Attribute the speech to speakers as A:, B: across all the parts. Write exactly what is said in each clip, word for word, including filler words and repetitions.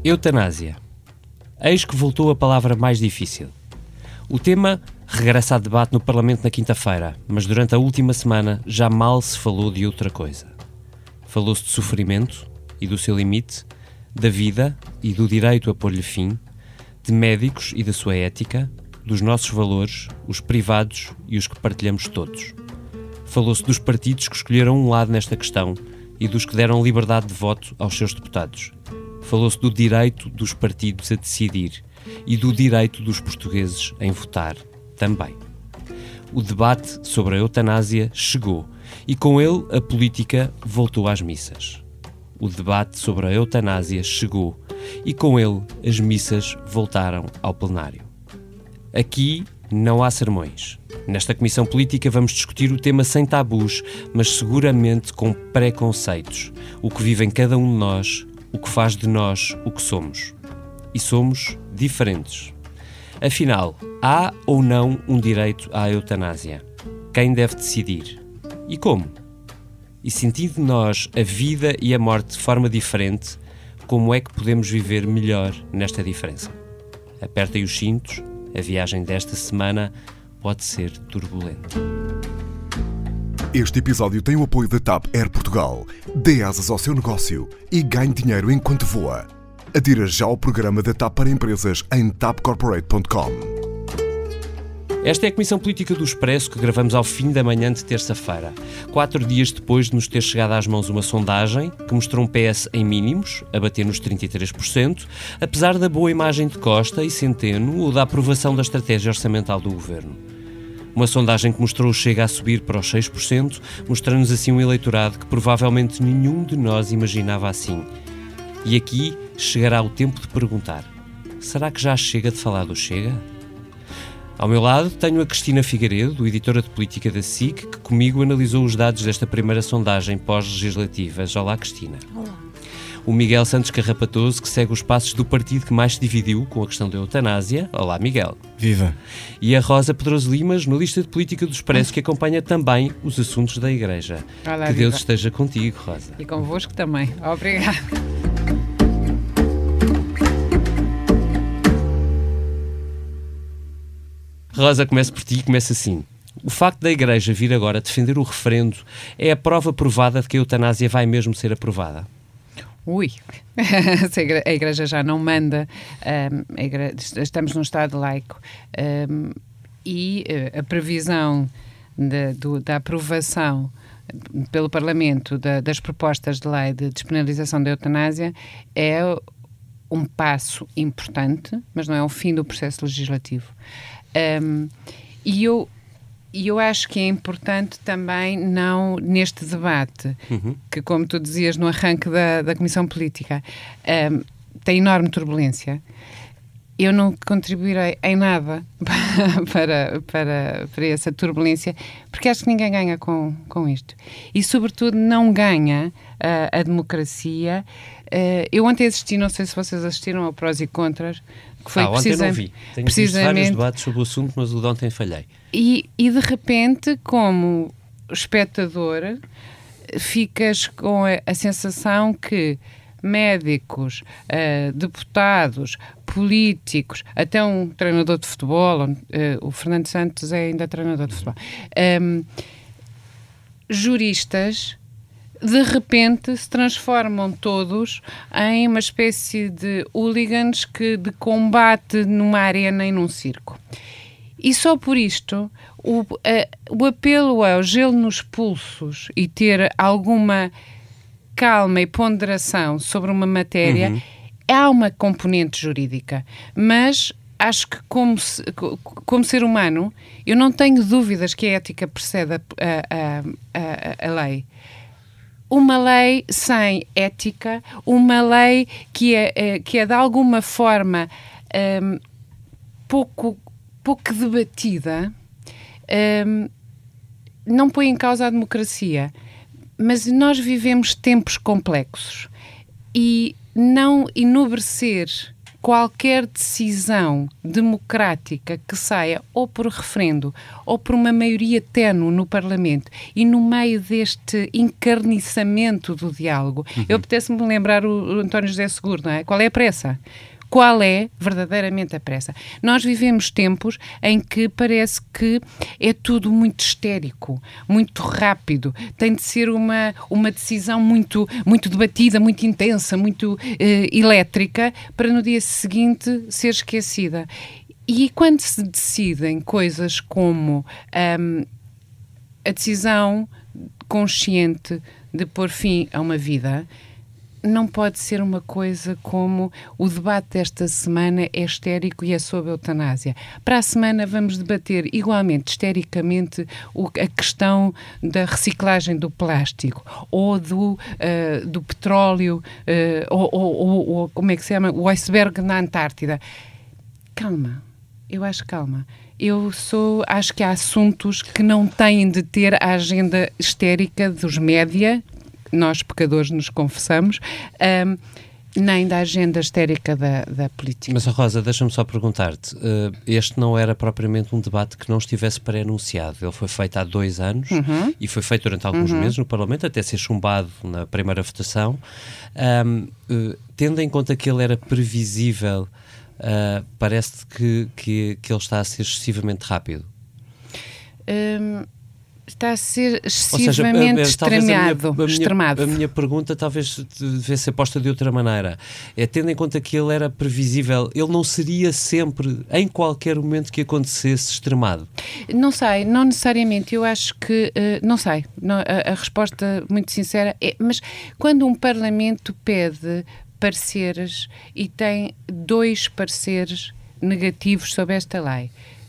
A: Eutanásia. Eis que voltou a palavra mais difícil. O tema regressa a debate no Parlamento na quinta-feira, mas durante a última semana já mal se falou de outra coisa. Falou-se de sofrimento e do seu limite, da vida e do direito a pôr-lhe fim, de médicos e da sua ética, dos nossos valores, os privados e os que partilhamos todos. Falou-se dos partidos que escolheram um lado nesta questão e dos que deram liberdade de voto aos seus deputados. Falou-se do direito dos partidos a decidir e do direito dos portugueses em votar também. O debate sobre a eutanásia chegou e com ele a política voltou às missas. O debate sobre a eutanásia chegou e com ele as missas voltaram ao plenário. Aqui não há sermões. Nesta Comissão Política vamos discutir o tema sem tabus, mas seguramente com preconceitos. O que vive em cada um de nós, o que faz de nós o que somos. E somos diferentes. Afinal, há ou não um direito à eutanásia? Quem deve decidir? E como? E sentindo nós a vida e a morte de forma diferente, como é que podemos viver melhor nesta diferença? Apertem os cintos, a viagem desta semana pode ser turbulenta.
B: Este episódio tem o apoio da TAP Air Portugal. Dê asas ao seu negócio e ganhe dinheiro enquanto voa. Adira já ao programa da TAP para empresas em tap corporate ponto com.
A: Esta é a Comissão Política do Expresso que gravamos ao fim da manhã de terça-feira, quatro dias depois de nos ter chegado às mãos uma sondagem que mostrou um P S em mínimos, a bater nos trinta e três por cento, apesar da boa imagem de Costa e Centeno ou da aprovação da estratégia orçamental do Governo. Uma sondagem que mostrou o Chega a subir para os seis por cento, mostrando-nos assim um eleitorado que provavelmente nenhum de nós imaginava assim. E aqui chegará o tempo de perguntar: será que já chega de falar do Chega? Ao meu lado tenho a Cristina Figueiredo, editora de política da S I C, que comigo analisou os dados desta primeira sondagem pós-legislativas. Olá, Cristina.
C: Olá.
A: O Miguel Santos Carrapatoso, que segue os passos do partido que mais se dividiu com a questão da eutanásia. Olá, Miguel.
D: Viva.
A: E a Rosa Pedroso Lima, jornalista de política do Expresso, que acompanha também os assuntos da Igreja.
C: Olá,
A: que
C: viva.
A: Deus esteja contigo, Rosa.
C: E convosco também. Obrigada.
A: Rosa, começo por ti e começa assim. O facto da Igreja vir agora defender o referendo é a prova provada de que a eutanásia vai mesmo ser aprovada?
C: Ui, a Igreja já não manda, um, a igreja, estamos num Estado laico um, e uh, a previsão de, do, da aprovação pelo Parlamento da, das propostas de lei de despenalização da eutanásia é um passo importante, mas não é o fim do processo legislativo. Um, e eu E eu acho que é importante também, não neste debate, uhum. que, como tu dizias no arranque da, da Comissão Política, um, tem enorme turbulência. Eu não contribuirei em nada para, para, para essa turbulência, porque acho que ninguém ganha com, com isto. E, sobretudo, não ganha uh, a democracia. Uh, eu ontem assisti, não sei se vocês assistiram ao Prós e Contras, que foi
A: ah, ontem não vi. Tenho visto vários debates sobre o assunto, mas o de ontem falhei.
C: E, e de repente, como espectador, ficas com a, a sensação que médicos, uh, deputados, políticos, até um treinador de futebol, uh, o Fernando Santos é ainda treinador de futebol, um, juristas, de repente se transformam todos em uma espécie de hooligans que, de combate numa arena e num circo. E só por isto, o, a, o apelo ao gelo nos pulsos e ter alguma calma e ponderação sobre uma matéria, uhum. há uma componente jurídica. Mas acho que como, como ser humano, eu não tenho dúvidas que a ética precede a, a, a, a lei. Uma lei sem ética, uma lei que é, que é de alguma forma um, pouco, pouco debatida, um, não põe em causa a democracia. Mas nós vivemos tempos complexos e não enobrecer qualquer decisão democrática que saia ou por referendo ou por uma maioria ténue no Parlamento e no meio deste encarniçamento do diálogo, uhum. eu apetece-me lembrar o, o António José Seguro, não é? Qual é a pressa? Qual é verdadeiramente a pressa? Nós vivemos tempos em que parece que é tudo muito histérico, muito rápido, tem de ser uma, uma decisão muito, muito debatida, muito intensa, muito eh, elétrica, para no dia seguinte ser esquecida. E quando se decidem coisas como um, a decisão consciente de pôr fim a uma vida, não pode ser uma coisa como o debate desta semana é histérico e é sobre a eutanásia. Para a semana vamos debater igualmente, histericamente, o, a questão da reciclagem do plástico ou do, uh, do petróleo, uh, ou, ou, ou, ou como é que se chama? O iceberg na Antártida. Calma, eu acho calma. Eu sou, acho que há assuntos que não têm de ter a agenda histérica dos média, nós pecadores nos confessamos, um, nem da agenda histérica da, da política.
A: Mas, Rosa, deixa-me só perguntar-te, uh, este não era propriamente um debate que não estivesse pré-anunciado, ele foi feito há dois anos uhum. e foi feito durante alguns uhum. meses no Parlamento, até ser chumbado na primeira votação. Um, uh, tendo em conta que ele era previsível, uh, parece-te que, que, que ele está a ser excessivamente rápido?
C: Um... Está a ser excessivamente extremado.
A: A minha, a minha pergunta talvez devesse ser posta de outra maneira. É, tendo em conta que ele era previsível, ele não seria sempre, em qualquer momento que acontecesse, extremado?
C: Não sei, não necessariamente. Eu acho que, uh, não sei. Não, a, a resposta, muito sincera, é, mas quando um Parlamento pede pareceres e tem dois pareceres negativos sobre esta lei,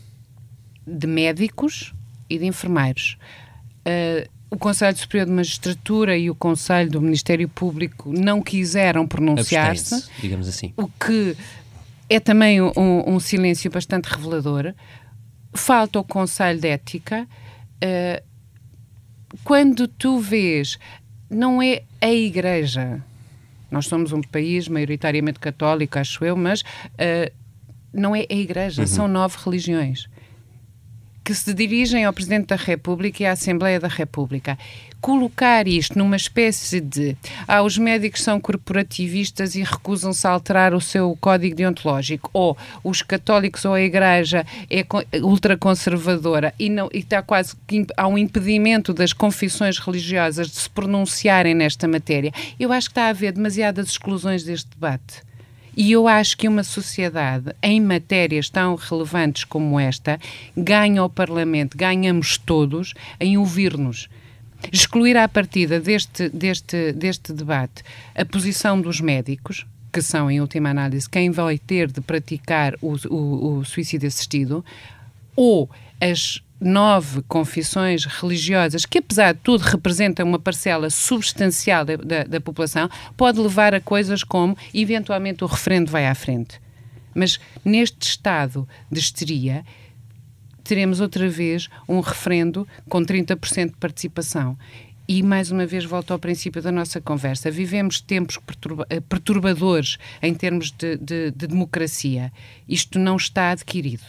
C: de médicos e de enfermeiros. Uh, o Conselho Superior de Magistratura e o Conselho do Ministério Público não quiseram pronunciar-se,
A: digamos assim.
C: O que é também um, um silêncio bastante revelador. Falta o Conselho de Ética. Uh, quando tu vês, não é a Igreja, nós somos um país maioritariamente católico, acho eu, mas uh, não é a Igreja, uhum. são nove religiões que se dirigem ao Presidente da República e à Assembleia da República. Colocar isto numa espécie de ah, os médicos são corporativistas e recusam-se a alterar o seu código deontológico, ou os católicos ou a Igreja é ultraconservadora e, não, e está quase que há um impedimento das confissões religiosas de se pronunciarem nesta matéria. Eu acho que está a haver demasiadas exclusões deste debate. E eu acho que uma sociedade, em matérias tão relevantes como esta, ganha o Parlamento, ganhamos todos em ouvir-nos. Excluir à partida deste, deste, deste debate a posição dos médicos, que são, em última análise, quem vai ter de praticar o, o, o suicídio assistido, ou as nove confissões religiosas, que apesar de tudo representam uma parcela substancial da, da, da população, pode levar a coisas como, eventualmente, o referendo vai à frente. Mas neste estado de histeria, teremos outra vez um referendo com trinta por cento de participação. E, mais uma vez, volto ao princípio da nossa conversa. Vivemos tempos perturba- perturbadores em termos de, de, de democracia. Isto não está adquirido.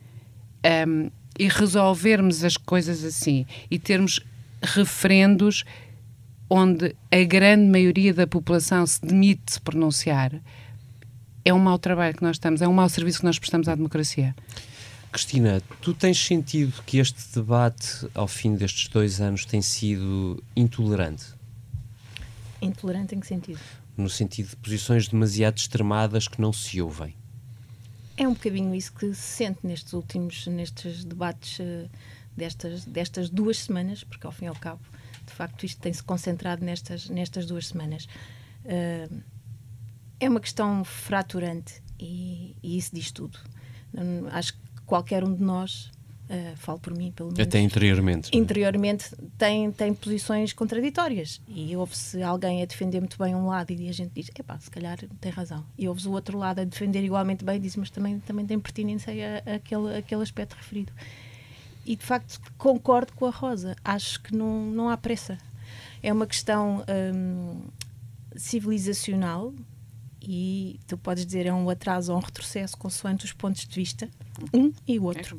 C: Um, e resolvermos as coisas assim e termos referendos onde a grande maioria da população se demite de se pronunciar, é um mau trabalho que nós estamos, é um mau serviço que nós prestamos à democracia.
A: Cristina, tu tens sentido que este debate, ao fim destes dois anos, tem sido intolerante?
D: Intolerante em que sentido?
A: No sentido de posições demasiado extremadas que não se ouvem.
D: É um bocadinho isso que se sente nestes últimos, nestes debates uh, destas, destas duas semanas, porque ao fim e ao cabo, de facto, isto tem-se concentrado nestas, nestas duas semanas. Uh, é uma questão fraturante e, e isso diz tudo. Um, acho que qualquer um de nós, uh, falo por mim pelo menos,
A: até interiormente,
D: interiormente tem, tem posições contraditórias e ouve-se alguém a defender muito bem um lado e a gente diz, epá, se calhar tem razão, e ouve-se o outro lado a defender igualmente bem e diz, mas também, também tem pertinência a, a aquele, aquele aspecto referido. E de facto concordo com a Rosa, acho que não, não há pressa, é uma questão hum, civilizacional e tu podes dizer é um atraso ou um retrocesso consoante os pontos de vista, um e o outro.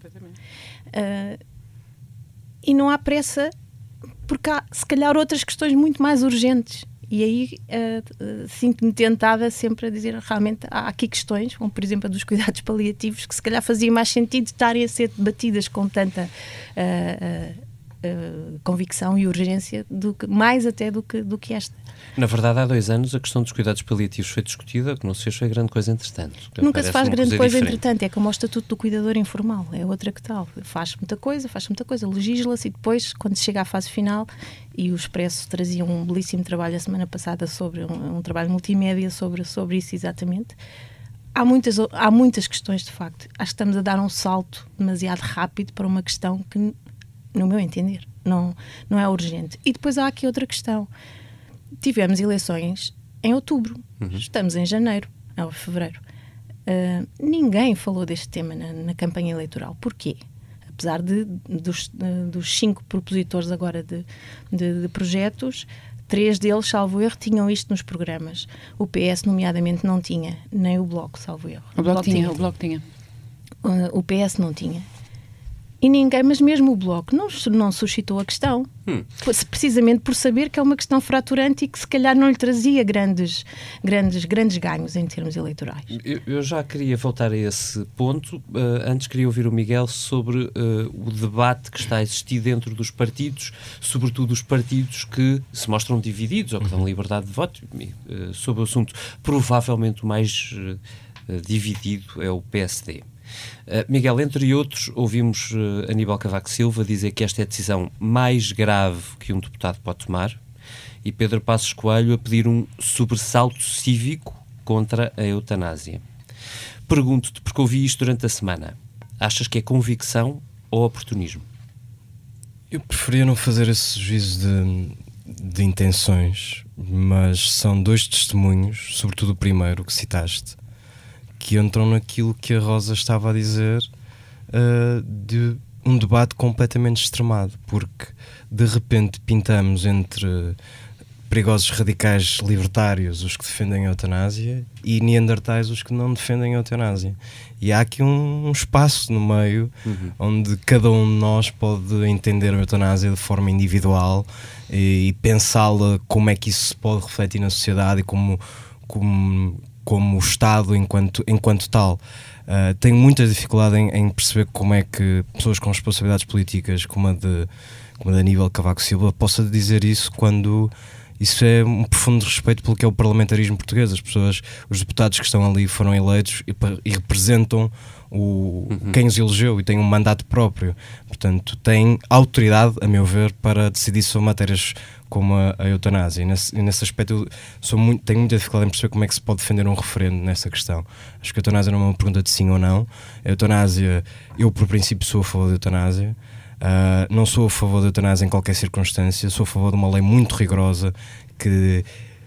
D: É uh, e não há pressa, porque há, se calhar, outras questões muito mais urgentes. E aí uh, uh, sinto-me tentada sempre a dizer, realmente há aqui questões, como por exemplo a dos cuidados paliativos, que se calhar fazia mais sentido estarem a ser debatidas com tanta uh, uh, uh, convicção e urgência, do que, mais até do que, do que esta.
A: Na verdade, há dois anos a questão dos cuidados paliativos foi discutida, que não se fez foi grande coisa entretanto.
D: Nunca se faz grande coisa,
A: diferente.
D: entretanto, é como o Estatuto do Cuidador Informal, é outra que tal. Faz muita coisa, faz muita coisa, legisla-se e depois, quando se chega à fase final, e o Expresso trazia um belíssimo trabalho a semana passada sobre um, um trabalho multimédia sobre, sobre isso exatamente. Há muitas, há muitas questões, de facto. Acho que estamos a dar um salto demasiado rápido para uma questão que, no meu entender, não, não é urgente. E depois há aqui outra questão. Tivemos eleições em outubro, uhum. Estamos em janeiro, ou fevereiro. Uh, ninguém falou deste tema na, na campanha eleitoral. Porquê? Apesar de, dos, uh, dos cinco propositores agora de, de, de projetos, três deles, salvo erro, tinham isto nos programas. O P S, nomeadamente, não tinha, nem o Bloco, salvo erro.
C: O Bloco, o Bloco tinha, tinha, o Bloco tinha.
D: Uh, o P S não tinha. E ninguém, mas mesmo o Bloco, não, não suscitou a questão. Hum. Precisamente por saber que é uma questão fraturante e que se calhar não lhe trazia grandes, grandes, grandes ganhos em termos eleitorais.
A: Eu, eu já queria voltar a esse ponto. Uh, antes queria ouvir o Miguel sobre uh, o debate que está a existir dentro dos partidos, sobretudo os partidos que se mostram divididos ou que dão liberdade de voto uh, sobre o assunto. Provavelmente o mais uh, dividido é o P S D. Uh, Miguel, entre outros, ouvimos uh, Aníbal Cavaco Silva dizer que esta é a decisão mais grave que um deputado pode tomar e Pedro Passos Coelho a pedir um sobressalto cívico contra a eutanásia. Pergunto-te, porque ouvi isto durante a semana, achas que é convicção ou oportunismo?
E: Eu preferia não fazer esse juízo de, de intenções, mas são dois testemunhos, sobretudo o primeiro que citaste, que entram naquilo que a Rosa estava a dizer, uh, de um debate completamente extremado, porque de repente pintamos entre perigosos radicais libertários os que defendem a eutanásia e neandertais os que não defendem a eutanásia. E há aqui um, um espaço no meio, uhum. onde cada um de nós pode entender a eutanásia de forma individual e, e pensá-la como é que isso se pode refletir na sociedade e como... como como o Estado enquanto, enquanto tal. Uh, tenho muita dificuldade em, em perceber como é que pessoas com responsabilidades políticas como a de, como a de Aníbal Cavaco Silva possa dizer isso quando isso é um profundo respeito pelo que é o parlamentarismo português. As pessoas, os deputados que estão ali foram eleitos e, e representam o, uhum. quem os elegeu e têm um mandato próprio. Portanto, têm autoridade, a meu ver, para decidir sobre matérias como a, a eutanásia. E nesse, e nesse aspecto eu sou muito, tenho muita dificuldade em perceber como é que se pode defender um referendo nessa questão. Acho que a eutanásia não é uma pergunta de sim ou não. A eutanásia, eu por princípio sou a favor da eutanásia. Uh, não sou a favor da eutanásia em qualquer circunstância. Sou a favor de uma lei muito rigorosa que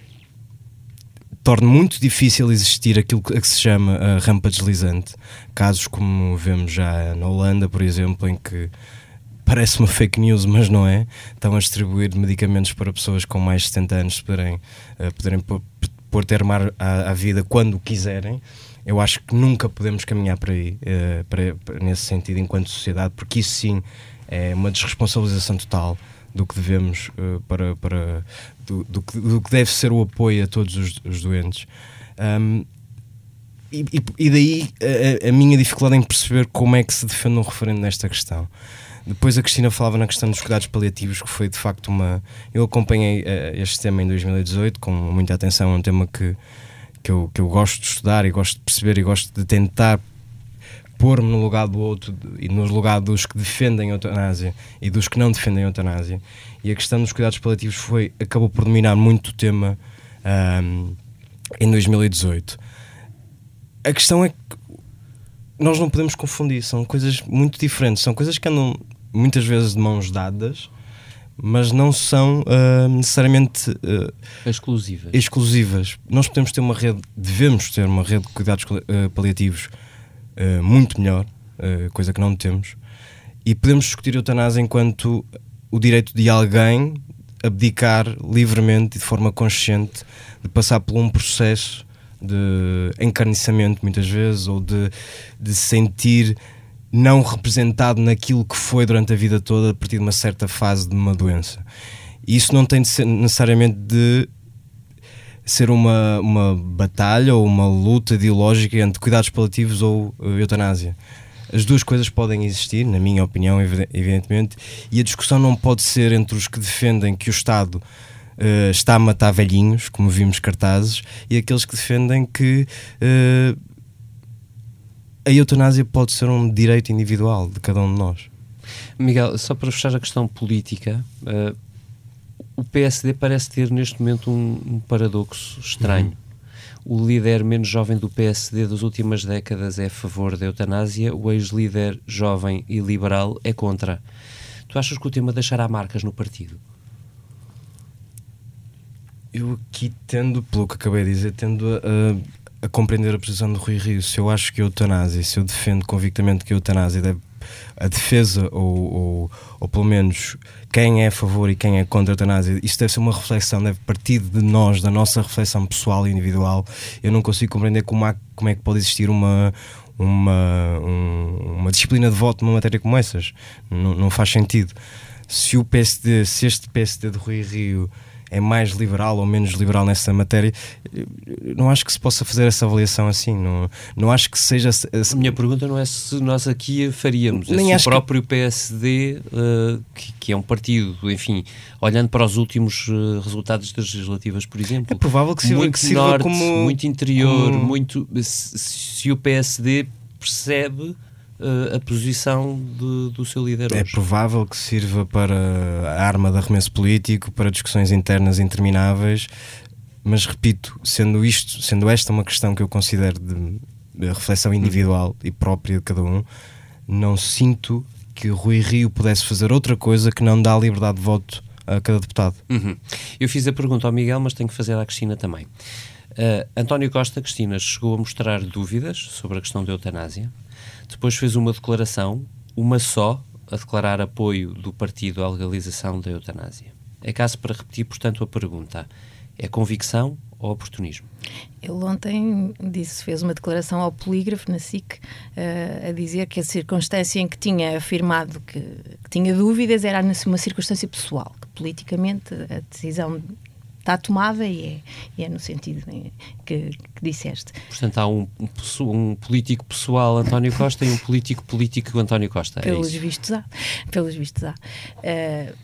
E: torne muito difícil existir aquilo que, a que se chama a rampa deslizante. Casos como vemos já na Holanda, por exemplo, em que parece uma fake news, mas não é. Estão a distribuir medicamentos para pessoas com mais de setenta anos poderem, uh, poderem pôr, pôr termo à, à vida quando quiserem. Eu acho que nunca podemos caminhar para aí, uh, para, para, nesse sentido, enquanto sociedade, porque isso sim é uma desresponsabilização total do que devemos, uh, para, para, do, do, que, do que deve ser o apoio a todos os, os doentes. Um, e, e daí a, a minha dificuldade em perceber como é que se defende um referendo nesta questão. Depois a Cristina falava na questão dos cuidados paliativos, que foi de facto uma... Eu acompanhei uh, este tema em dois mil e dezoito com muita atenção, é um tema que, que, eu, que eu gosto de estudar e gosto de perceber e gosto de tentar pôr-me no lugar do outro e no lugar dos que defendem a eutanásia e dos que não defendem a eutanásia. E a questão dos cuidados paliativos foi, acabou por dominar muito o tema um, em dois mil e dezoito. A questão é que nós não podemos confundir, são coisas muito diferentes, são coisas que andam muitas vezes de mãos dadas, mas não são uh, necessariamente uh,
A: exclusivas.
E: exclusivas. Nós podemos ter uma rede, devemos ter uma rede de cuidados uh, paliativos uh, muito melhor, uh, coisa que não temos, e podemos discutir a eutanásia enquanto o direito de alguém abdicar livremente e de forma consciente de passar por um processo de encarniçamento muitas vezes, ou de, de sentir não representado naquilo que foi durante a vida toda a partir de uma certa fase de uma doença. E isso não tem de ser necessariamente de ser uma, uma batalha ou uma luta ideológica entre cuidados paliativos ou uh, eutanásia. As duas coisas podem existir, na minha opinião, evidentemente, e a discussão não pode ser entre os que defendem que o Estado uh, está a matar velhinhos, como vimos cartazes, e aqueles que defendem que uh, a eutanásia pode ser um direito individual de cada um de nós.
A: Miguel, só para fechar a questão política, uh, o P S D parece ter neste momento um, um paradoxo estranho. Uhum. O líder menos jovem do P S D das últimas décadas é a favor da eutanásia, o ex-líder jovem e liberal é contra. Tu achas que o tema deixará marcas no partido?
E: Eu aqui tendo, pelo que acabei de dizer, tendo a, a compreender a posição de Rui Rio. Se eu acho que a eutanásia, se eu defendo convictamente que a eutanásia deve, a defesa ou, ou, ou pelo menos quem é a favor e quem é contra a eutanásia, isso deve ser uma reflexão, deve partir de nós, da nossa reflexão pessoal e individual. Eu não consigo compreender como, há, como é que pode existir uma, uma, um, uma disciplina de voto numa matéria como essas. Não, não faz sentido. Se o P S D, se este P S D de Rui Rio é mais liberal ou menos liberal nessa matéria, não acho que se possa fazer essa avaliação assim. Não, não acho que seja...
A: A minha pergunta não é se nós aqui a faríamos, é
E: Nem
A: se o próprio
E: que...
A: P S D, uh, que, que é um partido, enfim, olhando para os últimos uh, resultados das legislativas, por exemplo,
E: é provável que sirva,
A: muito
E: que sirva
A: norte,
E: como...
A: muito interior,
E: como...
A: muito... Se, se o P S D percebe a posição de, do seu líder hoje.
E: É provável que sirva para a arma de arremesso político, para discussões internas intermináveis, mas repito, sendo isto, sendo esta uma questão que eu considero de, de reflexão individual e própria de cada um, não sinto que o Rui Rio pudesse fazer outra coisa que não dar liberdade de voto a cada deputado.
A: Uhum. Eu fiz a pergunta ao Miguel, mas tenho que fazer à Cristina também. Uh, António Costa, Cristina, chegou a mostrar dúvidas sobre a questão da eutanásia. Depois fez uma declaração, uma só, a declarar apoio do partido à legalização da eutanásia. É caso para repetir, portanto, a pergunta. É convicção ou oportunismo?
D: Ele ontem disse, fez uma declaração ao Polígrafo, na S I C, uh, a dizer que a circunstância em que tinha afirmado que, que tinha dúvidas era uma circunstância pessoal, que politicamente a decisão está tomada e é, e é no sentido que, que disseste.
A: Portanto, há um, um, um político pessoal António Costa e um político político António Costa. É
D: pelos
A: isso?
D: vistos há. Pelos vistos há. Uh,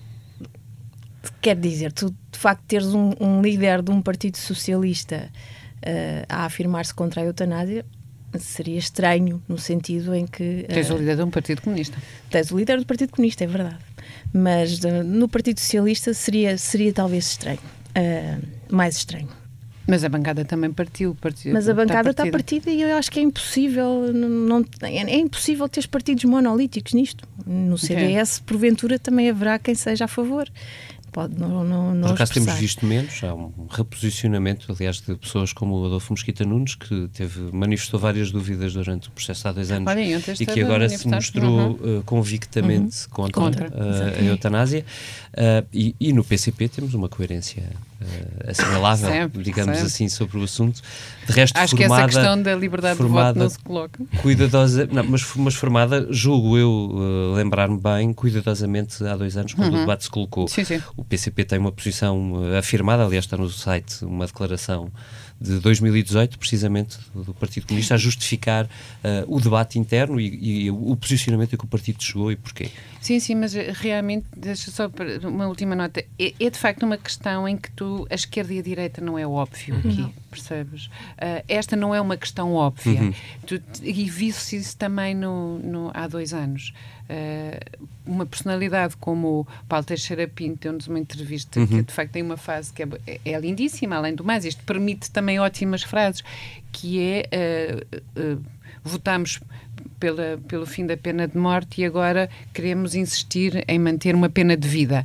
D: quer dizer, tu de facto teres um, um líder de um partido socialista uh, a afirmar-se contra a eutanásia seria estranho, no sentido em que... Uh,
C: tens o líder de um partido comunista.
D: Tens o líder do Partido Comunista, é verdade. Mas uh, no Partido Socialista seria, seria talvez estranho. Uh, mais estranho.
C: Mas a bancada também partiu. partiu
D: Mas a bancada
C: está
D: partida. está partida e eu acho que é impossível, não, não, é impossível ter partidos monolíticos nisto. No C D S, okay. Porventura, também haverá quem seja a favor. Pode não, não, não
A: Por acaso temos visto menos, há um reposicionamento, aliás, de pessoas como o Adolfo Mesquita Nunes, que teve, manifestou várias dúvidas durante o processo há dois anos.
C: Olha,
A: e que agora se mostrou uhum. uh, convictamente uhum. contra, contra. Uh, a eutanásia. Uh, e, e no P C P temos uma coerência uh, assinalável, sempre, digamos sempre. assim, sobre o assunto. De resto,
C: acho
A: formada,
C: que essa questão da liberdade formada, de voto não se coloca.
A: Cuidadosa, não, mas, mas formada, julgo eu uh, lembrar-me bem, cuidadosamente há dois anos, quando uhum. o debate se colocou.
C: Sim, sim.
A: O P C P tem uma posição uh, afirmada, aliás está no site uma declaração de dois mil e dezoito, precisamente, do Partido Comunista, a justificar uh, o debate interno e, e o posicionamento a que o partido chegou e porquê.
C: Sim, sim, mas realmente, deixa só uma última nota, é, é de facto uma questão em que tu, a esquerda e a direita não é óbvio uhum. aqui, percebes? Uh, esta não é uma questão óbvia. Uhum. Tu, e viu-se isso também no, no, há dois anos. Uh, uma personalidade como o Paulo Teixeira Pinto deu-nos uma entrevista uhum. que de facto tem uma frase que é, é lindíssima, além do mais, isto permite também ótimas frases, que é uh, uh, votamos pela, pelo fim da pena de morte e agora queremos insistir em manter uma pena de vida.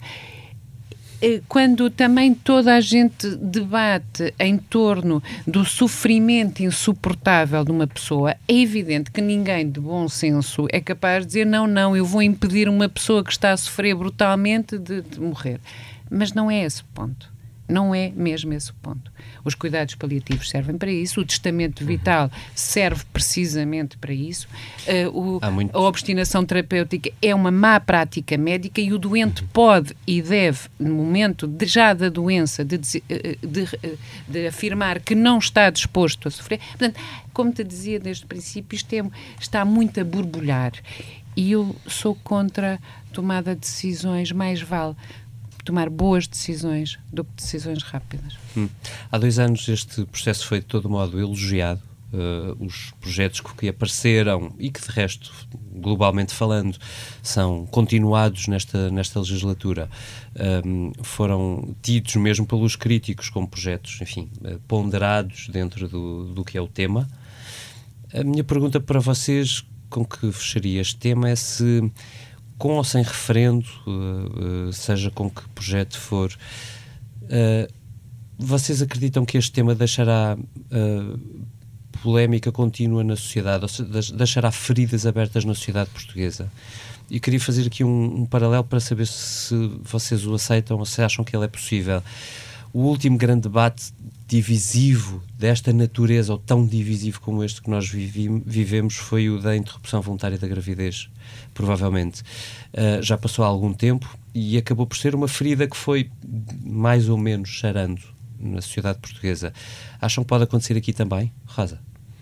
C: Quando também toda a gente debate em torno do sofrimento insuportável de uma pessoa, é evidente que ninguém de bom senso é capaz de dizer não, não, eu vou impedir uma pessoa que está a sofrer brutalmente de, de morrer. Mas não é esse o ponto. Não é mesmo esse o ponto. Os cuidados paliativos servem para isso, o testamento vital serve precisamente para isso, uh, o, muito... a obstinação terapêutica é uma má prática médica e o doente pode e deve, no momento de, já da doença, de, de, de, de afirmar que não está disposto a sofrer. Portanto, como te dizia desde o princípio, isto é, está muito a borbulhar e eu sou contra tomada de decisões, mais vale tomar boas decisões do que decisões rápidas.
A: Hum. Há dois anos este processo foi de todo modo elogiado. Uh, os projetos que apareceram e que de resto, globalmente falando, são continuados nesta, nesta legislatura, um, foram tidos mesmo pelos críticos como projetos, enfim, ponderados dentro do, do que é o tema. A minha pergunta para vocês, com que fecharia este tema, é se com ou sem referendo, uh, uh, seja com que projeto for, uh, vocês acreditam que este tema deixará uh, polémica contínua na sociedade, ou seja, deixará feridas abertas na sociedade portuguesa? E queria fazer aqui um, um paralelo para saber se vocês o aceitam ou se acham que ele é possível. O último grande debate divisivo desta natureza, ou tão divisivo como este que nós vivi, vivemos, foi o da interrupção voluntária da gravidez, provavelmente. Uh, já passou há algum tempo e acabou por ser uma ferida que foi mais ou menos charando na sociedade portuguesa. Acham que pode acontecer aqui também, Rosa?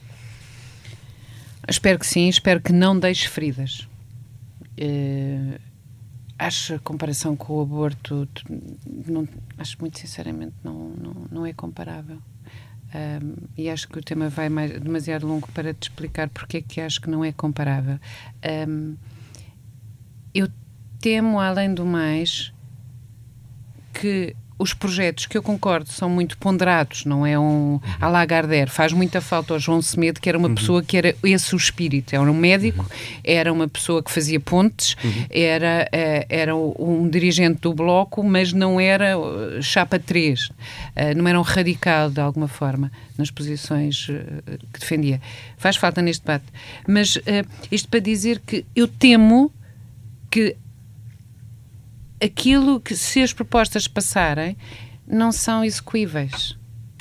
C: Espero que sim, espero que não deixe feridas. Uh, acho a comparação com o aborto, não, acho muito sinceramente não, não, não é comparável. Um, e acho que o tema vai mais, demasiado longo para te explicar porque é que acho que não é comparável. Um, eu temo, além do mais, que os projetos, que eu concordo, são muito ponderados, não é um à Lagardère. Faz muita falta ao João Semedo, que era uma uhum. pessoa que era esse o espírito. Era um médico, uhum. era uma pessoa que fazia pontes, uhum. era, uh, era um dirigente do Bloco, mas não era uh, chapa três. Uh, não era um radical, de alguma forma, nas posições uh, que defendia. Faz falta neste debate. Mas uh, isto para dizer que eu temo que aquilo que, se as propostas passarem, não são execuíveis.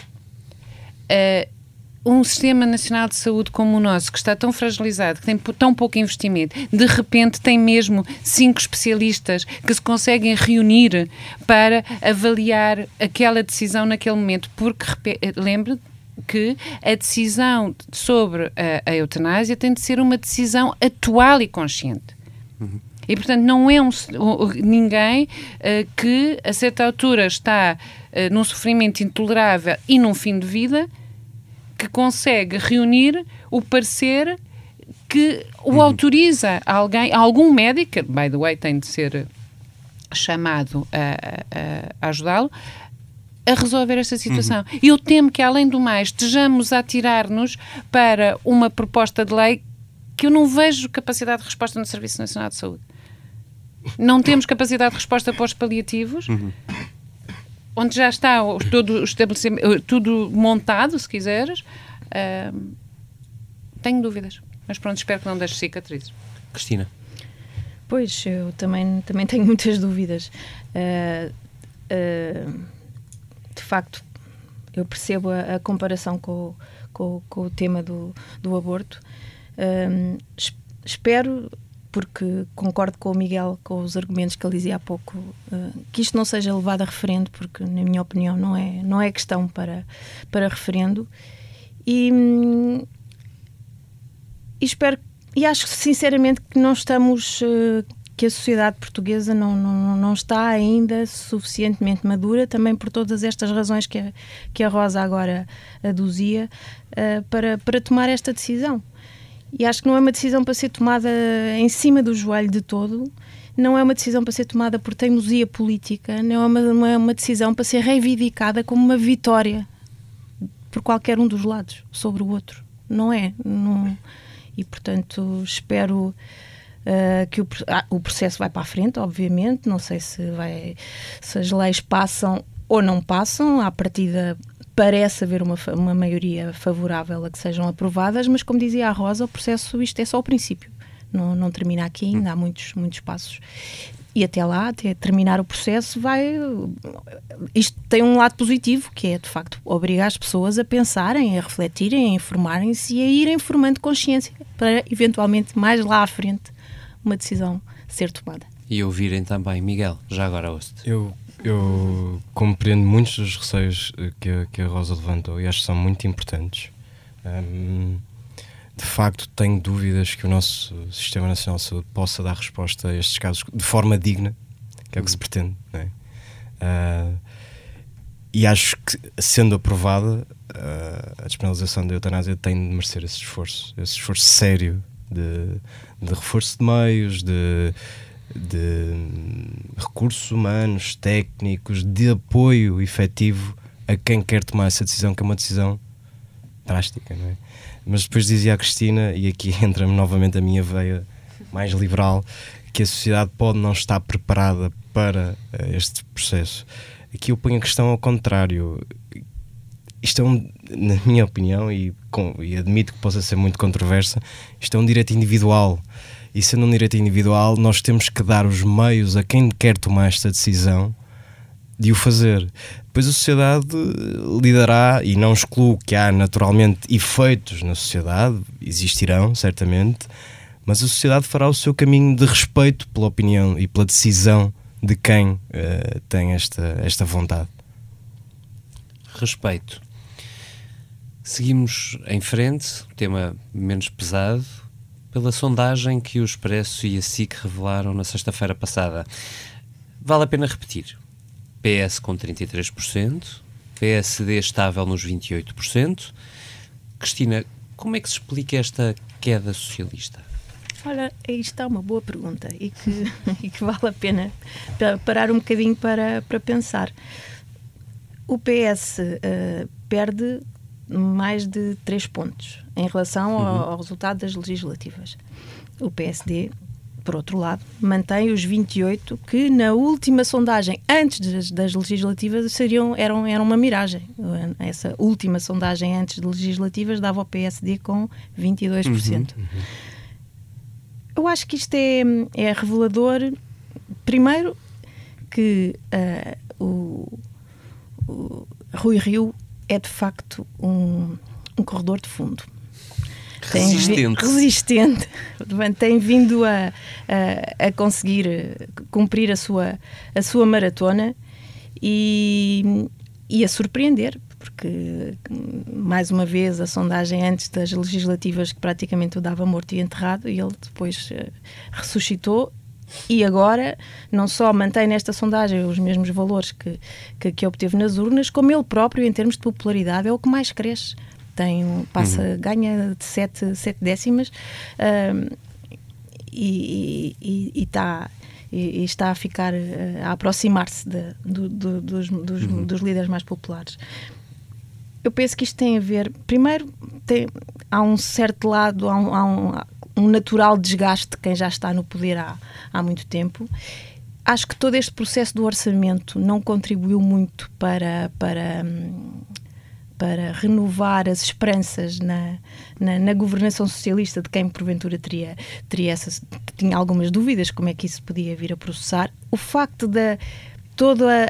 C: Uh, um sistema nacional de saúde como o nosso, que está tão fragilizado, que tem tão pouco investimento, de repente tem mesmo cinco especialistas que se conseguem reunir para avaliar aquela decisão naquele momento, porque, lembre que a decisão sobre a, a eutanásia tem de ser uma decisão atual e consciente. Uhum. E, portanto, não é um, ninguém uh, que, a certa altura, está uh, num sofrimento intolerável e num fim de vida, que consegue reunir o parecer que o uhum. autoriza a alguém, a algum médico, by the way, tem de ser chamado a, a, a ajudá-lo, a resolver esta situação. E uhum. eu temo que, além do mais, estejamos a atirar-nos para uma proposta de lei que eu não vejo capacidade de resposta no Serviço Nacional de Saúde. Não temos capacidade de resposta para os paliativos, uhum. onde já está o, todo o estabelecimento, tudo montado, se quiseres. Uh, tenho dúvidas, mas pronto, espero que não deixe cicatrizes.
A: Cristina?
D: Pois, eu também, também tenho muitas dúvidas. Uh, uh, de facto, eu percebo a, a comparação com, com, com o tema do, do aborto. Um, espero, porque concordo com o Miguel, com os argumentos que ele dizia há pouco, uh, que isto não seja levado a referendo, porque, na minha opinião, não é, não é questão para, para referendo. E, hum, e espero, e acho sinceramente que não estamos, uh, que a sociedade portuguesa não, não, não está ainda suficientemente madura, também por todas estas razões que a, que a Rosa agora aduzia, uh, para, para tomar esta decisão. E acho que não é uma decisão para ser tomada em cima do joelho de todo, não é uma decisão para ser tomada por teimosia política, não é uma, não é uma decisão para ser reivindicada como uma vitória por qualquer um dos lados sobre o outro. Não é. Não, e, portanto, espero uh, que o, ah, o processo vai para a frente, obviamente. Não sei se, vai, se as leis passam ou não passam. À partida, parece haver uma, uma maioria favorável a que sejam aprovadas, mas, como dizia a Rosa, o processo, isto é só o princípio. Não, não termina aqui, ainda há muitos, muitos passos. e até lá, até terminar o processo, vai... Isto tem um lado positivo, que é, de facto, obrigar as pessoas a pensarem, a refletirem, a informarem-se e a irem formando consciência para, eventualmente, mais lá à frente, uma decisão ser tomada.
A: E ouvirem também. Miguel, já agora ouço-te.
E: Eu, eu compreendo muitos dos receios que a, que a Rosa levantou e acho que são muito importantes. Um, de facto, tenho dúvidas que o nosso Sistema Nacional de Saúde possa dar resposta a estes casos de forma digna, que é o que se pretende, não é? Uh, e acho que, sendo aprovada, uh, a despenalização da eutanásia tem de merecer esse esforço, esse esforço sério de, de reforço de meios, de, de recursos humanos, técnicos, de apoio efetivo a quem quer tomar essa decisão, que é uma decisão drástica, não é? Mas depois dizia a Cristina, e aqui entra-me novamente a minha veia mais liberal, que a sociedade pode não estar preparada para uh, este processo. Aqui eu ponho a questão ao contrário. Isto é um, na minha opinião, e, com, e admito que possa ser muito controversa, isto é um direito individual. E sendo um direito individual, nós temos que dar os meios a quem quer tomar esta decisão de o fazer. Depois a sociedade lidará, e não excluo que há naturalmente efeitos na sociedade, existirão certamente, mas a sociedade fará o seu caminho de respeito pela opinião e pela decisão de quem uh, tem esta, esta vontade.
A: Respeito. Seguimos em frente, o tema menos pesado, pela sondagem que o Expresso e a S I C revelaram na sexta-feira passada. Vale a pena repetir. P S com trinta e três por cento, P S D estável nos vinte e oito por cento. Cristina, como é que se explica esta queda socialista?
D: Olha, aí está uma boa pergunta e que, e que vale a pena parar um bocadinho para, para pensar. O P S uh, perde mais de três pontos em relação ao, uhum. ao resultado das legislativas. O P S D, por outro lado, mantém os vinte e oito que na última sondagem, antes das, das legislativas, seriam, eram, eram uma miragem. Essa última sondagem antes das legislativas dava ao P S D com vinte e dois por cento. Uhum, uhum. Eu acho que isto é, é revelador, primeiro, que uh, o, o Rui Rio é de facto um, um corredor de fundo.
A: Resistente.
D: Tem, resistente. Tem vindo a, a, a conseguir cumprir a sua, a sua maratona e, e a surpreender, porque, mais uma vez, a sondagem antes das legislativas que praticamente o dava morto e enterrado, e ele depois uh, ressuscitou e agora não só mantém nesta sondagem os mesmos valores que, que, que obteve nas urnas, como ele próprio, em termos de popularidade, é o que mais cresce. Tem, passa, uhum. ganha de sete, sete décimas uh, e, e, e, tá, e, e está a ficar, uh, a aproximar-se de, do, do, dos, dos, uhum. dos líderes mais populares. Eu penso que isto tem a ver, primeiro, tem, há um certo lado, há um, há um, um natural desgaste de quem já está no poder há, há muito tempo. Acho que todo este processo do orçamento não contribuiu muito para... para para renovar as esperanças na, na, na governação socialista de quem porventura teria, teria essa, tinha algumas dúvidas como é que isso podia vir a processar. O facto de toda a,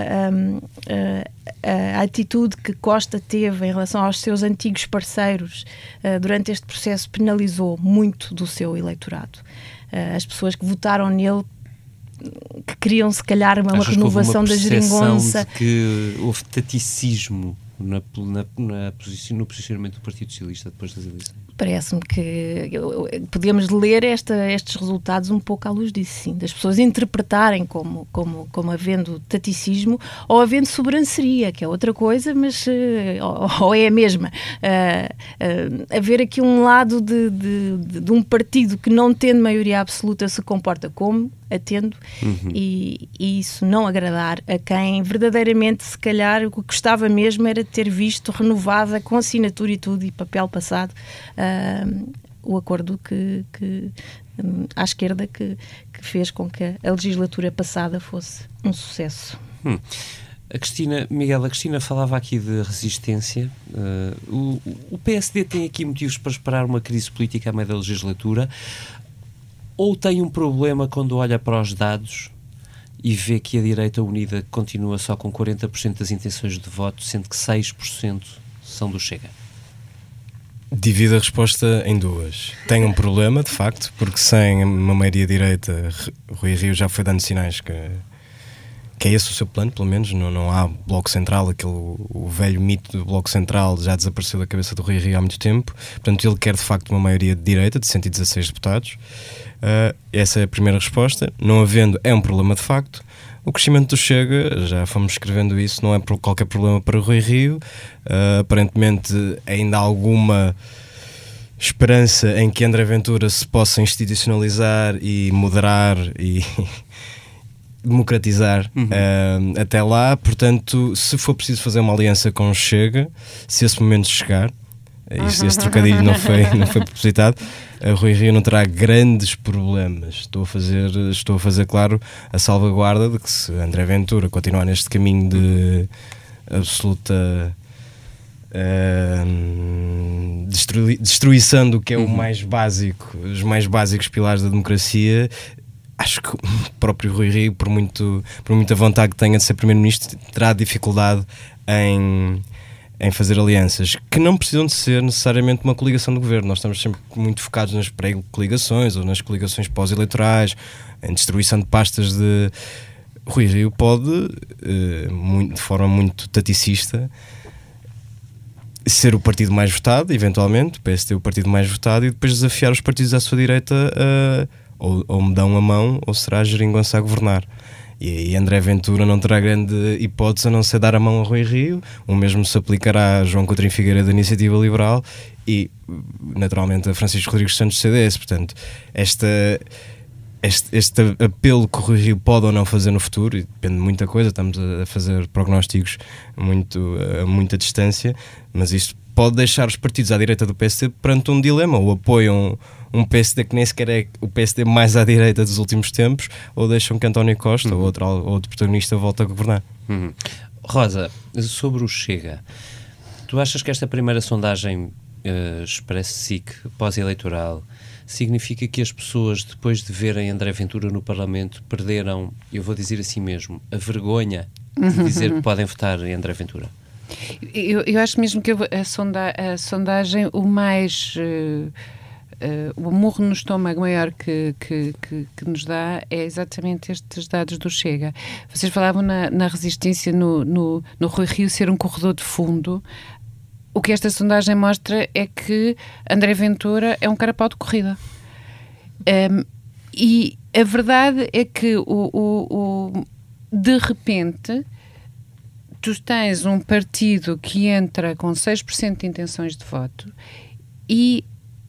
D: a, a, a atitude que Costa teve em relação aos seus antigos parceiros uh, durante este processo penalizou muito do seu eleitorado. Uh, as pessoas que votaram nele que queriam se calhar uma, uma renovação da geringonça.
A: De que houve taticismo Na, na, na posici- no posicionamento do Partido Socialista depois das eleições?
D: Parece-me que podemos ler esta, estes resultados um pouco à luz disso, sim, das pessoas interpretarem como, como, como havendo taticismo ou havendo sobranceria, que é outra coisa, mas ou, ou é a mesma. Uh, uh, haver aqui um lado de, de, de, de um partido que não tendo maioria absoluta se comporta como atendo uhum. e, e isso não agradar a quem verdadeiramente, se calhar, o que gostava mesmo era ter visto renovada com assinatura e tudo e papel passado uh, o acordo que, que um, à esquerda que, que fez com que a legislatura passada fosse um sucesso.
A: Hum. A Cristina, Miguel, a Cristina falava aqui de resistência. Uh, o, o P S D tem aqui motivos para esperar uma crise política à meio da legislatura? Ou tem um problema quando olha para os dados e vê que a direita unida continua só com quarenta por cento das intenções de voto, sendo que seis por cento são do Chega?
E: Divido a resposta em duas. Tem um problema, de facto, porque sem uma maioria direita, Rui Rio já foi dando sinais que, que é esse o seu plano, pelo menos. Não, não há bloco central, aquele, o velho mito do bloco central já desapareceu da cabeça do Rui Rio há muito tempo. Portanto, ele quer de facto uma maioria de direita, de cento e dezasseis deputados. Uh, essa é a primeira resposta. Não havendo, é um problema de facto. O crescimento do Chega, já fomos escrevendo isso, não é qualquer problema para o Rui Rio. Uh, aparentemente ainda há alguma esperança em que André Ventura se possa institucionalizar e moderar e democratizar uhum. uh, até lá. Portanto, se for preciso fazer uma aliança com o Chega, se esse momento chegar, Este, este trocadilho não foi, não foi propositado, a Rui Rio não terá grandes problemas. Estou a fazer, estou a fazer claro, a salvaguarda de que se André Ventura continuar neste caminho de absoluta uh, destrui, destruição do que é o mais básico, os mais básicos pilares da democracia, acho que o próprio Rui Rio, por, muito, por muita vontade que tenha de ser Primeiro-Ministro, terá dificuldade em em fazer alianças, que não precisam de ser necessariamente uma coligação do governo. Nós estamos sempre muito focados nas pré-coligações ou nas coligações pós-eleitorais, em destruição de pastas de... Rui Rio pode, uh, muito, de forma muito taticista, ser o partido mais votado, eventualmente, o P S D o partido mais votado, e depois desafiar os partidos à sua direita a, ou, ou me dão a mão, ou será a geringonça a governar. E aí André Ventura não terá grande hipótese a não ser dar a mão a Rui Rio. O mesmo se aplicará a João Coutinho Figueiredo da Iniciativa Liberal e, naturalmente, a Francisco Rodrigues Santos do C D S. Portanto, esta, este, este apelo que o Rui Rio pode ou não fazer no futuro, e depende de muita coisa, estamos a fazer prognósticos muito, a muita distância, mas isto pode deixar os partidos à direita do P S D perante um dilema: ou apoiam um P S D que nem sequer é o P S D mais à direita dos últimos tempos, ou deixam que António Costa uhum. ou outro, outro protagonista volte a governar.
A: Uhum. Rosa, sobre o Chega, tu achas que esta primeira sondagem uh, Expresso-S I C pós-eleitoral significa que as pessoas, depois de verem André Ventura no Parlamento, perderam, eu vou dizer assim mesmo, a vergonha de dizer que podem votar em André Ventura?
C: Eu, eu acho mesmo que a, sonda, a sondagem, o mais... Uh, Uh, o murro no estômago maior que, que, que, que nos dá é exatamente estes dados do Chega. Vocês falavam na, na resistência no, no, no Rui Rio ser um corredor de fundo. O que esta sondagem mostra é que André Ventura é um carapau de corrida. Um, e a verdade é que o, o, o, de repente tu tens um partido que entra com seis por cento de intenções de voto e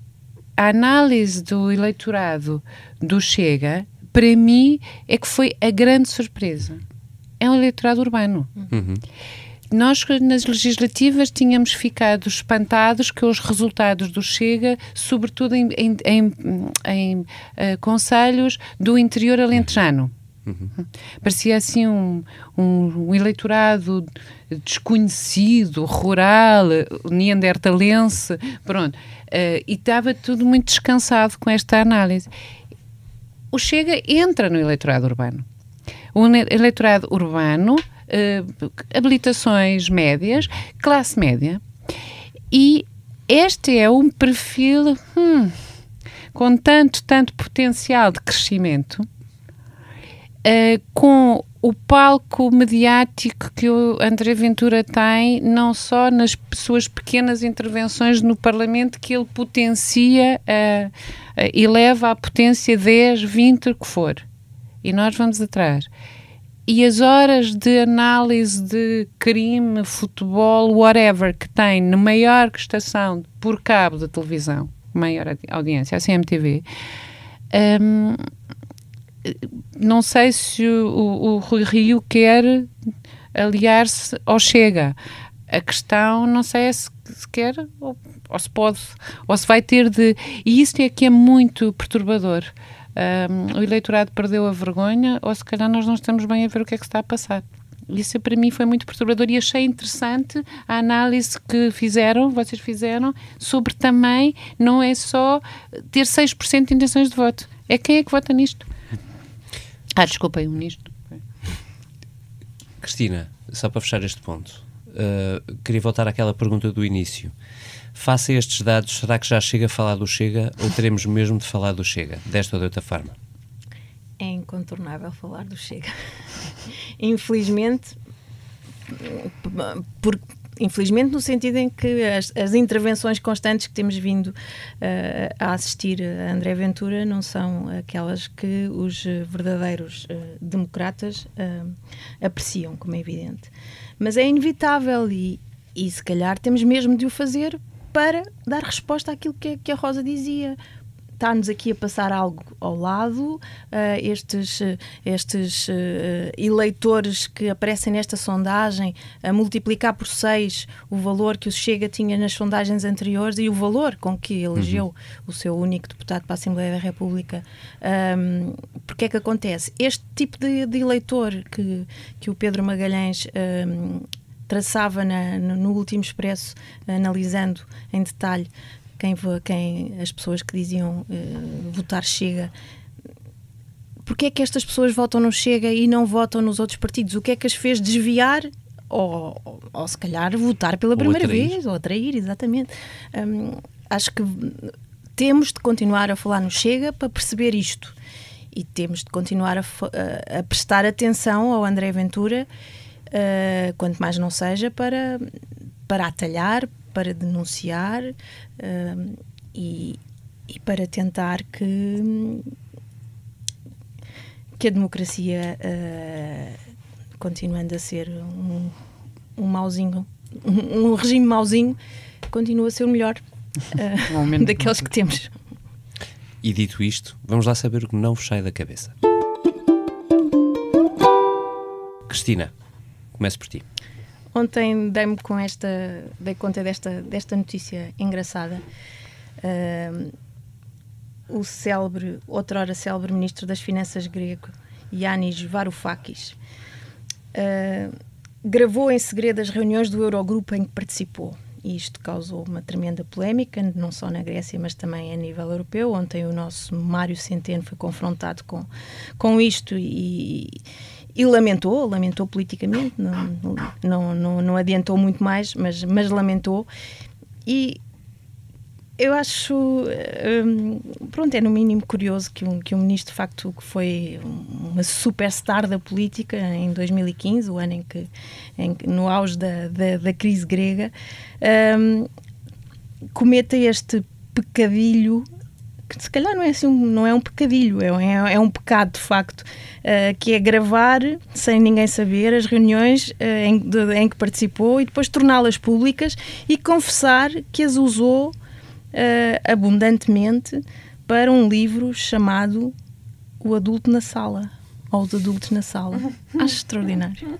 C: a análise do eleitorado do Chega, para mim, é que foi a grande surpresa. É um eleitorado urbano. Uhum. Nós, nas legislativas, tínhamos ficado espantados com os resultados do Chega, sobretudo em, em, em, em uh, concelhos do interior alentejano. Uhum. Parecia assim um, um, um eleitorado desconhecido, rural, neandertalense, pronto. Uh, e estava tudo muito descansado com esta análise. O Chega entra no eleitorado urbano. O eleitorado urbano, uh, habilitações médias, classe média, e este é um perfil hum, com tanto, tanto potencial de crescimento, uh, com o palco mediático que o André Ventura tem, não só nas suas pequenas intervenções no Parlamento, que ele potencia uh, uh, e leva à potência dez, vinte, o que for. E nós vamos atrás. E as horas de análise de crime, futebol, whatever, que tem na maior estação por cabo de televisão, maior audiência, a C M T V, um, não sei se o, o, o Rui Rio quer aliar-se ao Chega. A questão, não sei se, se quer ou, ou se pode, ou se vai ter de... E isso é que é muito perturbador. Um, o eleitorado perdeu a vergonha, ou se calhar nós não estamos bem a ver o que é que está a passar. Isso para mim foi muito perturbador e achei interessante a análise que fizeram, vocês fizeram, sobre também, não é só ter seis por cento de intenções de voto. É quem é que vota nisto? Ah, desculpem, um nisto.
A: Cristina, só para fechar este ponto, uh, queria voltar àquela pergunta do início. Face a estes dados, será que já chega a falar do Chega ou teremos mesmo de falar do Chega, desta ou de outra forma?
D: É incontornável falar do Chega. Infelizmente, por, infelizmente no sentido em que as, as intervenções constantes que temos vindo uh, a assistir a André Ventura não são aquelas que os verdadeiros uh, democratas uh, apreciam, como é evidente. Mas é inevitável e, e se calhar temos mesmo de o fazer para dar resposta àquilo que, que a Rosa dizia. Está-nos aqui a passar algo ao lado, uh, estes, estes uh, eleitores que aparecem nesta sondagem a multiplicar por seis o valor que o Chega tinha nas sondagens anteriores e o valor com que elegeu uhum. o seu único deputado para a Assembleia da República. Um, porque é que acontece? Este tipo de, de eleitor que, que o Pedro Magalhães um, traçava na, no, no último Expresso, analisando em detalhe quem, quem as pessoas que diziam uh, votar Chega. Porque é que estas pessoas votam no Chega e não votam nos outros partidos? O que é que as fez desviar ou, ou, ou se calhar votar pela primeira vez, ou atrair, exatamente. Um, acho que temos de continuar a falar no Chega para perceber isto e temos de continuar a, a, a prestar atenção ao André Ventura, uh, quanto mais não seja, para, para atalhar, para denunciar uh, e, e para tentar que, que a democracia, uh, continuando a ser um, um mauzinho, um, um regime mauzinho, continua a ser o melhor uh, daqueles que temos.
A: E dito isto, vamos lá saber o que não vos sai da cabeça. Cristina, começo por ti.
D: Ontem dei-me com esta, dei conta desta, desta notícia engraçada. Uh, o célebre, outrora célebre ministro das Finanças grego, Yanis Varoufakis, uh, gravou em segredo as reuniões do Eurogrupo em que participou. E isto causou uma tremenda polémica, não só na Grécia, mas também a nível europeu. Ontem o nosso Mário Centeno foi confrontado com, com isto e... E lamentou, lamentou politicamente, não, não, não, não adiantou muito mais, mas, mas lamentou. E eu acho, hum, pronto, é no mínimo curioso que um, que um ministro, de facto, que foi uma superstar da política em dois mil e quinze, o ano em que, em que no auge da, da, da crise grega, hum, cometa este pecadilho, que se calhar não é, assim, não é um pecadilho, é, é um pecado de facto, uh, que é gravar, sem ninguém saber, as reuniões uh, em, de, em que participou e depois torná-las públicas e confessar que as usou uh, abundantemente para um livro chamado O Adulto na Sala, ou Os Adultos na Sala. Acho extraordinário.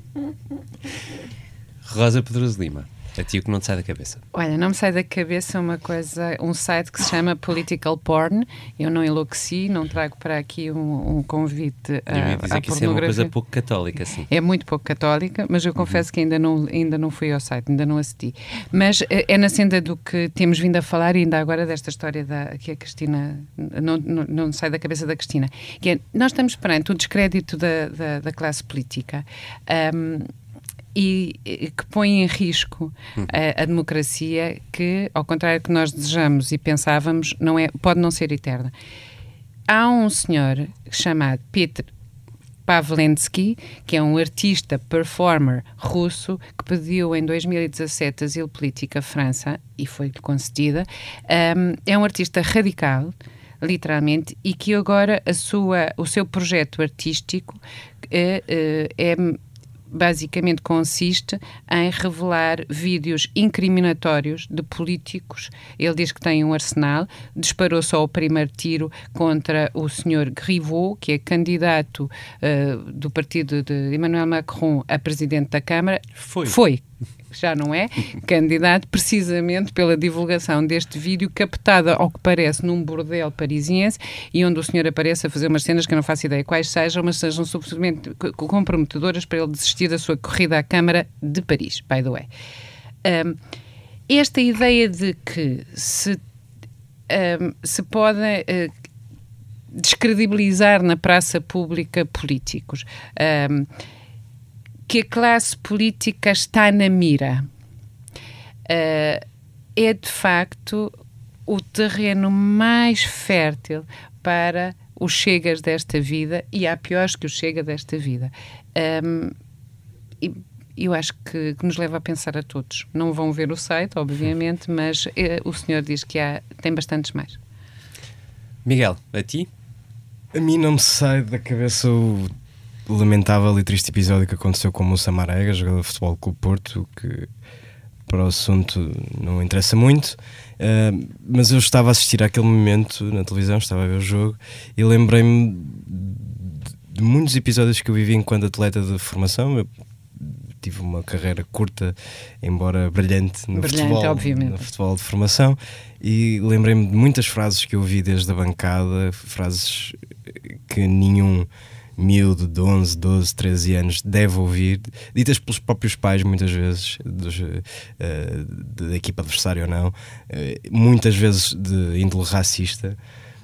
A: Rosa Pedroso Lima, a ti o que não te sai da cabeça?
C: Olha, não me sai da cabeça uma coisa, um site que se chama Political Porn. Eu não enlouqueci, não trago para aqui um, um convite a,
A: eu ia dizer
C: à
A: que isso é uma coisa pouco católica, sim.
C: É muito pouco católica, mas eu confesso uhum. que ainda não, ainda não fui ao site, ainda não assisti. Mas é, é na senda do que temos vindo a falar, e ainda agora desta história da, que a Cristina, não, não, não sai da cabeça da Cristina, que é, nós estamos perante o descrédito da, da, da classe política. Um, E, e que põe em risco a, a democracia, que, ao contrário do que nós desejamos e pensávamos, não é, pode não ser eterna. Há um senhor chamado Petr Pavlensky, que é um artista, performer russo, que pediu em dois mil e dezassete asilo político à França e foi-lhe concedida. Um, é um artista radical, literalmente, e que agora a sua, o seu projeto artístico é, é basicamente consiste em revelar vídeos incriminatórios de políticos. Ele diz que tem um arsenal, disparou só o primeiro tiro contra o senhor Griveaux, que é candidato uh, do partido de Emmanuel Macron a presidente da Câmara.
A: Foi.
C: Foi. Já não é, candidato precisamente pela divulgação deste vídeo captado, ao que parece, num bordel parisiense, e onde o senhor aparece a fazer umas cenas que eu não faço ideia quais sejam, mas sejam suficientemente comprometedoras para ele desistir da sua corrida à Câmara de Paris, by the way. Um, esta ideia de que se, um, se pode uh, descredibilizar na praça pública políticos, um, que a classe política está na mira. Uh, é, de facto, o terreno mais fértil para os chegas desta vida, e há piores que o chega desta vida. Um, e eu acho que, que nos leva a pensar a todos. Não vão ver o site, obviamente, mas eh, o senhor diz que há, tem bastantes mais.
A: Miguel, a ti?
E: A mim não me sai da cabeça o lamentável e triste episódio que aconteceu com o Moussa Marega, jogador de Futebol Clube Porto, que para o assunto não interessa muito, uh, mas eu estava a assistir àquele momento na televisão, estava a ver o jogo, e lembrei-me de, de muitos episódios que eu vivi enquanto atleta de formação. Eu tive uma carreira curta, embora brilhante, no,
C: brilhante,
E: futebol,
C: obviamente.
E: no futebol de formação, e lembrei-me de muitas frases que eu ouvi desde a bancada, frases que nenhum miúdo de onze, doze, treze anos deve ouvir, ditas pelos próprios pais muitas vezes, dos, uh, da equipa adversária ou não, uh, muitas vezes de índole racista,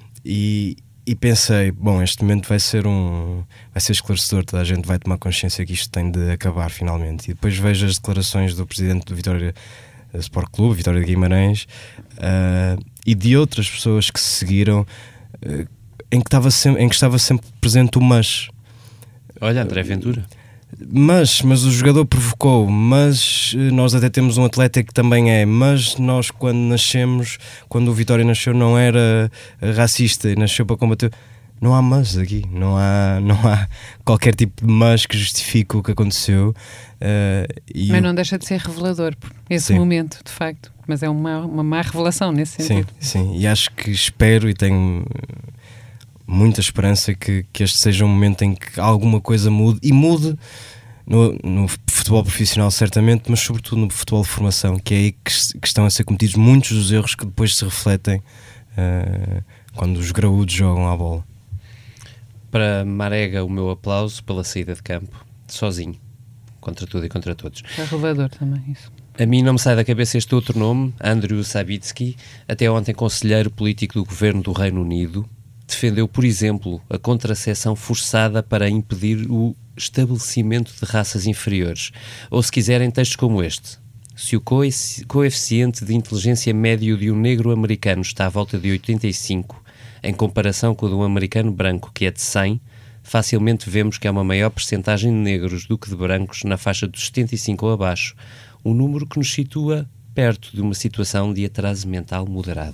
E: e E pensei, bom, este momento vai ser um vai ser esclarecedor, toda a gente vai tomar consciência que isto tem de acabar finalmente. E depois vejo as declarações do presidente do Vitória Sport Clube, Vitória de Guimarães, uh, e de outras pessoas que se seguiram, uh, em, que estava sempre, em que estava sempre presente o mas.
A: Olha, André Ventura.
E: Mas, mas o jogador provocou, mas nós até temos um atleta que também é, mas nós quando nascemos, quando o Vitória nasceu não era racista e nasceu para combater. Não há mas aqui, não há, não há qualquer tipo de mas que justifique o que aconteceu. Uh, e
C: mas
E: o...
C: não deixa de ser revelador, esse
E: sim.
C: momento, de facto, mas é uma, uma má revelação nesse sentido.
E: Sim, sim, e acho que espero e tenho muita esperança que, que este seja um momento em que alguma coisa mude, e mude no, no futebol profissional certamente, mas sobretudo no futebol de formação, que é aí que, que estão a ser cometidos muitos dos erros que depois se refletem uh, quando os graúdos jogam à bola.
A: Para Marega, o meu aplauso pela saída de campo, sozinho, contra tudo e contra todos.
C: É revelador também isso.
A: A mim não me sai da cabeça este outro nome, Andrew Sabitsky, até ontem conselheiro político do governo do Reino Unido. Defendeu, por exemplo, a contracepção forçada para impedir o estabelecimento de raças inferiores. Ou, se quiserem, textos como este. Se o coeficiente de inteligência médio de um negro americano está à volta de oitenta e cinco, em comparação com o de um americano branco, que é de cem, facilmente vemos que há uma maior percentagem de negros do que de brancos na faixa dos setenta e cinco ou abaixo, um número que nos situa perto de uma situação de atraso mental moderado.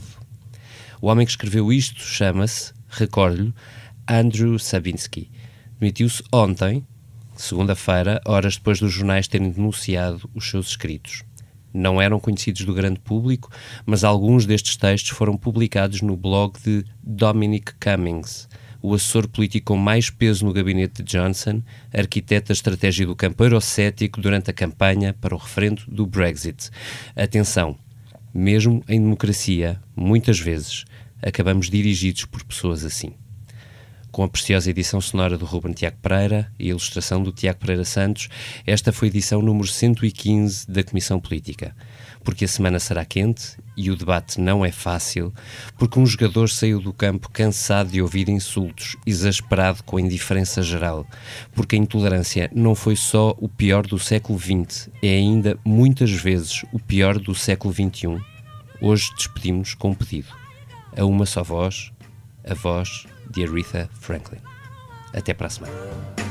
A: O homem que escreveu isto chama-se, recordo-lhe, Andrew Sabitsky. Demitiu-se ontem, segunda-feira, horas depois dos jornais terem denunciado os seus escritos. Não eram conhecidos do grande público, mas alguns destes textos foram publicados no blog de Dominic Cummings, o assessor político com mais peso no gabinete de Johnson, arquiteto da estratégia do campo eurocético durante a campanha para o referendo do Brexit. Atenção, mesmo em democracia, muitas vezes, acabamos dirigidos por pessoas assim. Com a preciosa edição sonora do Ruben Tiago Pereira e a ilustração do Tiago Pereira Santos, esta foi a edição número cento e quinze da Comissão Política. Porque a semana será quente e o debate não é fácil, porque um jogador saiu do campo cansado de ouvir insultos, exasperado com a indiferença geral, porque a intolerância não foi só o pior do século vinte, é ainda muitas vezes o pior do século vinte e um. Hoje despedimos com um pedido. A uma só voz, a voz de Aretha Franklin. Até para a semana.